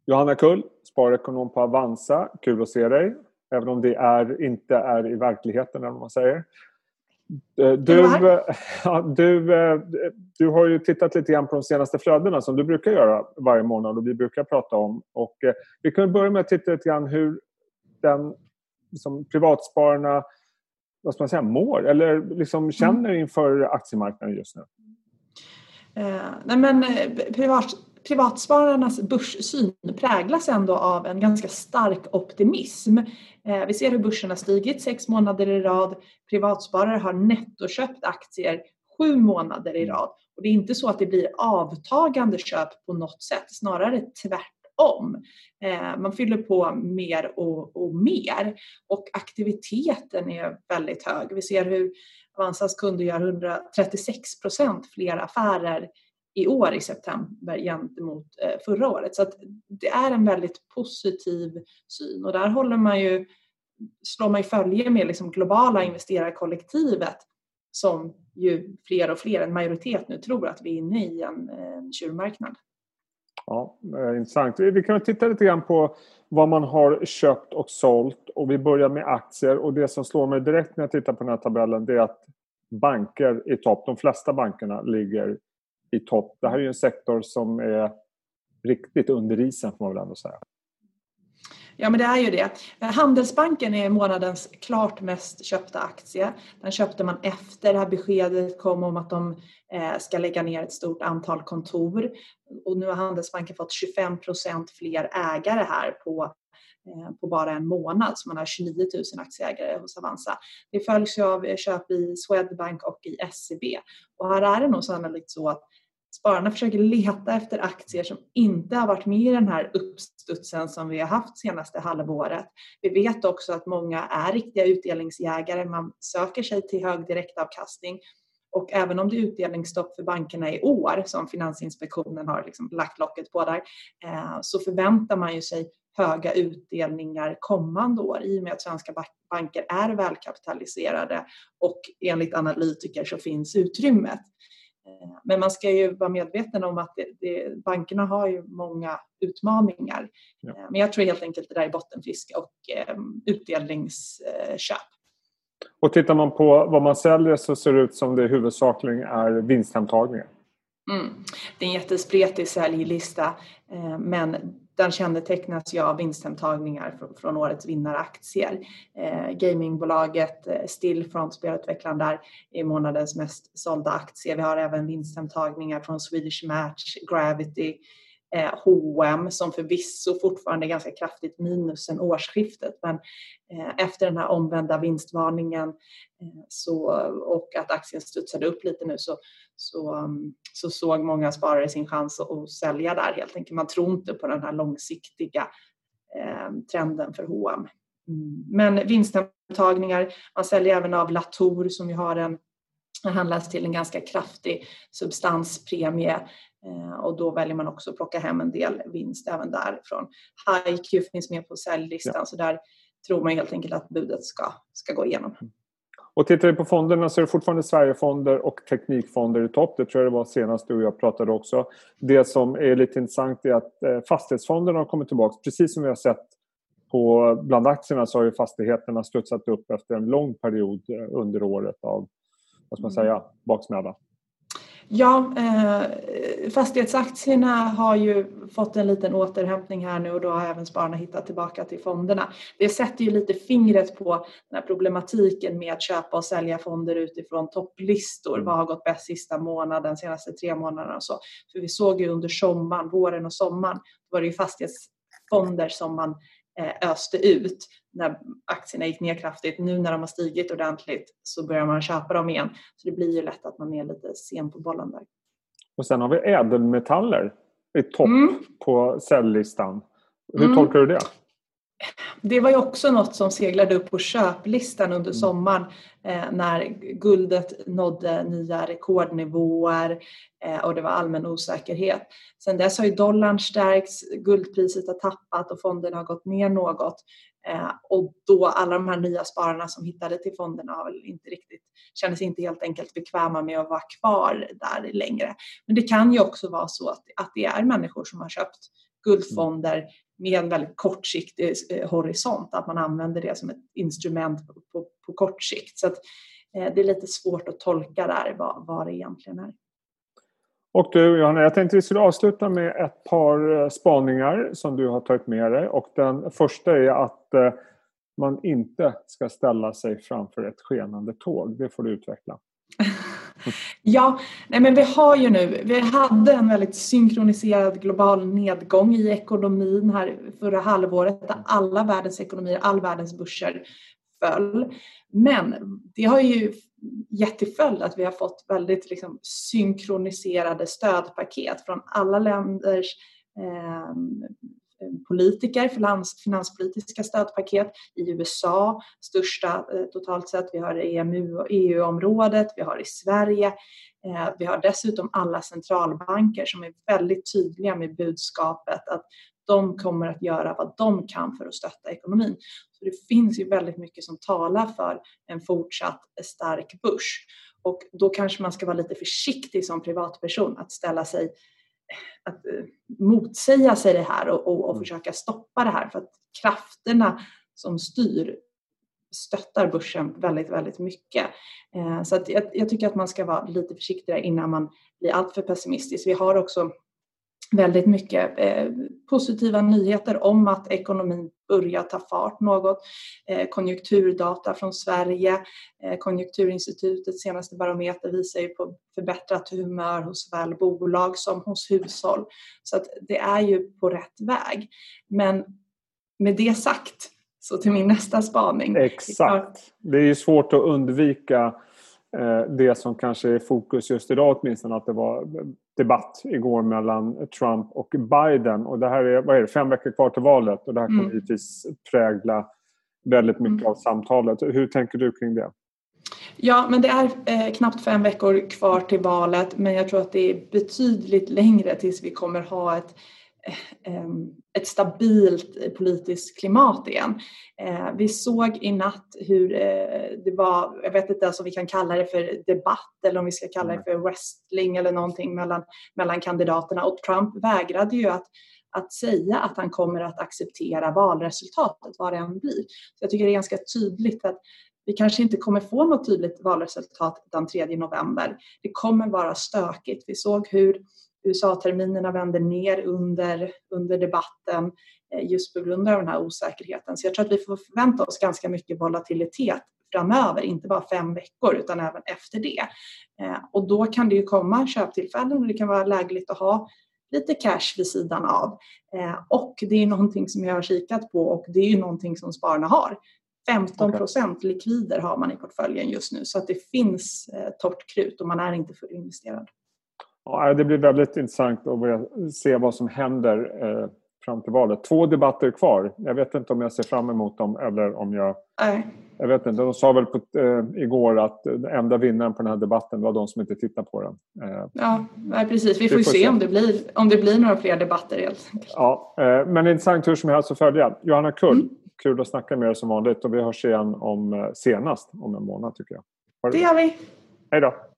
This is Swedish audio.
Johanna Kull, sparekonom på Avanza. Kul att se dig. Även om det inte är i verkligheten, eller vad man säger. Du har ju tittat lite grann på de senaste flödena som du brukar göra varje månad och vi brukar prata om. Och vi kan börja med att titta lite grann hur den liksom, privatspararna mår eller liksom känner inför aktiemarknaden just nu. Privatspararnas börssyn präglas ändå av en ganska stark optimism. Vi ser hur börsen har stigit 6 månader i rad. Privatsparare har nettoköpt aktier 7 månader i rad. Och det är inte så att det blir avtagande köp på något sätt, snarare tvärtom. Man fyller på mer och mer och aktiviteten är väldigt hög. Vi ser hur Avanzas kunder gör 136% fler affärer i år i september gentemot förra året. Så att det är en väldigt positiv syn. Och där slår man ju följe med liksom globala investerarkollektivet som ju fler och fler, en majoritet nu, tror att vi är inne i en tjurmarknad. Ja, intressant. Vi kan titta lite grann på vad man har köpt och sålt. Och vi börjar med aktier. Och det som slår mig direkt när jag tittar på den här tabellen, det är att banker i topp. De flesta bankerna ligger i topp. Det här är ju en sektor som är riktigt under isen, får man väl ändå säga. Ja, men det är ju det. Handelsbanken är månadens klart mest köpta aktie. Den köpte man efter det här beskedet kom om att de ska lägga ner ett stort antal kontor. Och nu har Handelsbanken fått 25% fler ägare här på bara en månad. Så man har 29 000 aktieägare hos Avanza. Det följs ju av köp i Swedbank och i SEB. Och här är det nog sannolikt så att spararna försöker leta efter aktier som inte har varit med i den här uppstudsen som vi har haft senaste halvåret. Vi vet också att många är riktiga utdelningsjägare. Man söker sig till hög direktavkastning. Och även om det är utdelningsstopp för bankerna i år, som Finansinspektionen har liksom lagt locket på där, så förväntar man ju sig höga utdelningar kommande år i och med att svenska banker är välkapitaliserade och enligt analytiker så finns utrymmet. Men man ska ju vara medveten om att bankerna har ju många utmaningar. Ja. Men jag tror helt enkelt det där är bottenfiske och utdelningsköp. Och tittar man på vad man säljer så ser det ut som det huvudsakligen är vinsthemtagningar. Det är en jättespretig säljlista, men den kännetecknas ju av vinsthemtagningar från årets vinnaraktier. Gamingbolaget Stillfront, spelutvecklaren där, är månadens mest sålda aktie. Vi har även vinsthemtagningar från Swedish Match, Gravity, H&M som förvisso fortfarande är ganska kraftigt minus sen årsskiftet, men efter den här omvända vinstvarningen och att aktien studsade upp lite nu så såg många sparare sin chans att sälja där helt enkelt. Man tror inte på den här långsiktiga trenden för H&M. Men vinsthemtagningar, man säljer även av Latour som ju har den handlas till en ganska kraftig substanspremie. Och då väljer man också att plocka hem en del vinst även därifrån. HiQ finns med på säljlistan, ja. Så där tror man helt enkelt att budet ska gå igenom. Och tittar vi på fonderna så är det fortfarande Sverigefonder och teknikfonder i topp. Det tror jag det var senast du och jag pratade också. Det som är lite intressant är att fastighetsfonderna har kommit tillbaka. Precis som vi har sett bland aktierna så har ju fastigheterna studsat upp efter en lång period under året av, vad ska man säga, baksmälla. Ja, fastighetsaktierna har ju fått en liten återhämtning här nu och då har även spararna hittat tillbaka till fonderna. Det sätter ju lite fingret på den här problematiken med att köpa och sälja fonder utifrån topplistor. Vad har gått bäst sista månaden, senaste 3 månaderna och så. För vi såg ju under sommaren, våren och sommaren, var det ju fastighetsfonder som man öste ut när aktierna gick ner kraftigt. Nu när de har stigit ordentligt så börjar man köpa dem igen. Så det blir ju lätt att man är lite sen på bollen där. Och sen har vi ädelmetaller i topp på säljlistan. Hur tolkar du det? Det var ju också något som seglade upp på köplistan under sommaren när guldet nådde nya rekordnivåer och det var allmän osäkerhet. Sen dess har ju dollarn stärkts, guldpriset har tappat och fonderna har gått ner något. Och då alla de här nya spararna som hittade till fonderna kände sig inte helt enkelt bekväma med att vara kvar där längre. Men det kan ju också vara så att det är människor som har köpt guldfonder med en väldigt kortsiktig horisont. Att man använder det som ett instrument på kort sikt. Så att, det är lite svårt att tolka där vad det egentligen är. Och du Johanna, jag tänkte vi skulle avsluta med ett par spaningar som du har tagit med dig. Och den första är att man inte ska ställa sig framför ett skenande tåg. Det får du utveckla. Ja, men vi hade en väldigt synkroniserad global nedgång i ekonomin här förra halvåret där alla världens ekonomier, all världens börser föll. Men det har ju gett till följd att vi har fått väldigt synkroniserade stödpaket från alla länders politiker, finanspolitiska stödpaket i USA, största totalt sett. Vi har EU-området, vi har i Sverige. Vi har dessutom alla centralbanker som är väldigt tydliga med budskapet att de kommer att göra vad de kan för att stötta ekonomin. Så det finns ju väldigt mycket som talar för en fortsatt stark börs. Och då kanske man ska vara lite försiktig som privatperson att motsäga sig det här och försöka stoppa det här. För att krafterna som styr stöttar börsen väldigt, väldigt mycket. Så att jag tycker att man ska vara lite försiktigare innan man blir alltför pessimistisk. Vi har också väldigt mycket positiva nyheter om att ekonomin börjar ta fart något. Konjunkturdata från Sverige, Konjunkturinstitutets senaste barometer visar ju på förbättrat humör hos såväl bolag som hos hushåll. Så att det är ju på rätt väg. Men med det sagt, så till min nästa spaning. Exakt. Det är ju svårt att undvika det som kanske är fokus just idag åtminstone, att det var debatt igår mellan Trump och Biden. Och det här är 5 veckor kvar till valet och det här kommer givetvis prägla väldigt mycket av samtalet. Hur tänker du kring det? Ja, men det är knappt 5 veckor kvar till valet, men jag tror att det är betydligt längre tills vi kommer ha ett stabilt politiskt klimat igen. Vi såg i natt hur det var, jag vet inte ens om vi kan kalla det för debatt eller om vi ska kalla det för wrestling eller någonting mellan kandidaterna, och Trump vägrade ju att säga att han kommer att acceptera valresultatet, vad det än blir. Så jag tycker det är ganska tydligt att vi kanske inte kommer få något tydligt valresultat den 3 november. Det kommer vara stökigt. Vi såg hur USA-terminerna vände ner under debatten just på grund av den här osäkerheten. Så jag tror att vi får förvänta oss ganska mycket volatilitet framöver, inte bara 5 veckor utan även efter det. Och då kan det ju komma köptillfällen och det kan vara lägligt att ha lite cash vid sidan av. Och det är någonting som jag har kikat på och det är ju någonting som spararna har. 15% likvider har man i portföljen just nu, så att det finns torrt krut och man är inte fullinvesterad. Ja, det blir väldigt intressant att se vad som händer fram till valet. 2 debatter kvar. Jag vet inte om jag ser fram emot dem eller om jag... Nej. Jag vet inte. De sa väl igår att den enda vinnaren på den här debatten var de som inte tittar på den. Ja, precis. Vi får se om det blir några fler debatter helt enkelt. Ja, men intressant hur som helst att följa. Johanna Kull, kul att snacka med er som vanligt och vi hörs igen senast om en månad tycker jag. Det gör vi. Hej då.